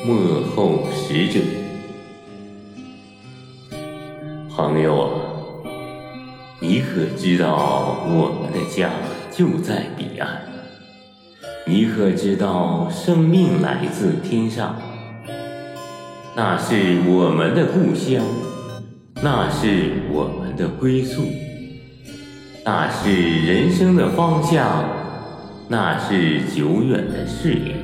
幕后使者。朋友啊，你可知道我们的家就在彼岸？你可知道生命来自天上？那是我们的故乡，那是我们的归宿，那是人生的方向，那是久远的誓言。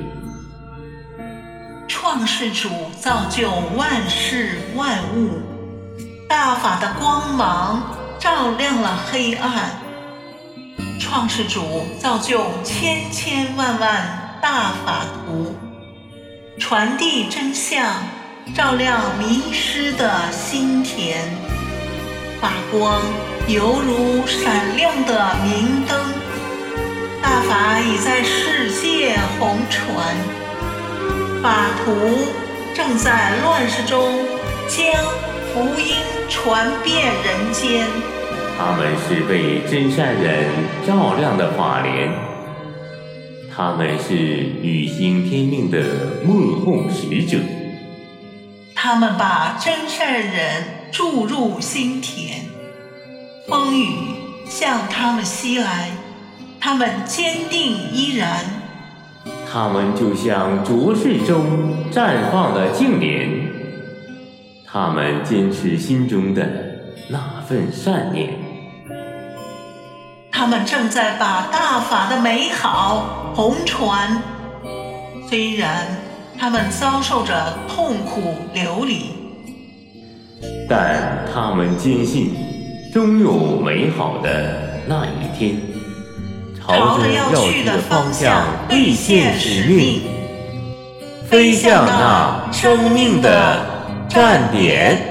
创世主造就万事万物，大法的光芒照亮了黑暗。创世主造就千千万万大法图，传递真相，照亮迷失的心田。法光犹如闪亮的明灯，大法已在世界红传，法图正在乱世中将福音传遍人间。 他们是被真善人照亮的法莲，他们是履行天命的幕后使者。 他们把真善人注入心田，风雨向他们袭来，他们坚定依然。 他们就像浊世中绽放的净莲，他们坚持心中的那份善念。 他们正在把大法的美好红传，虽然他们遭受着痛苦流离， 但他们坚信终有美好的那一天，朝着要去的方向兑现使命，飞向那生命的站点。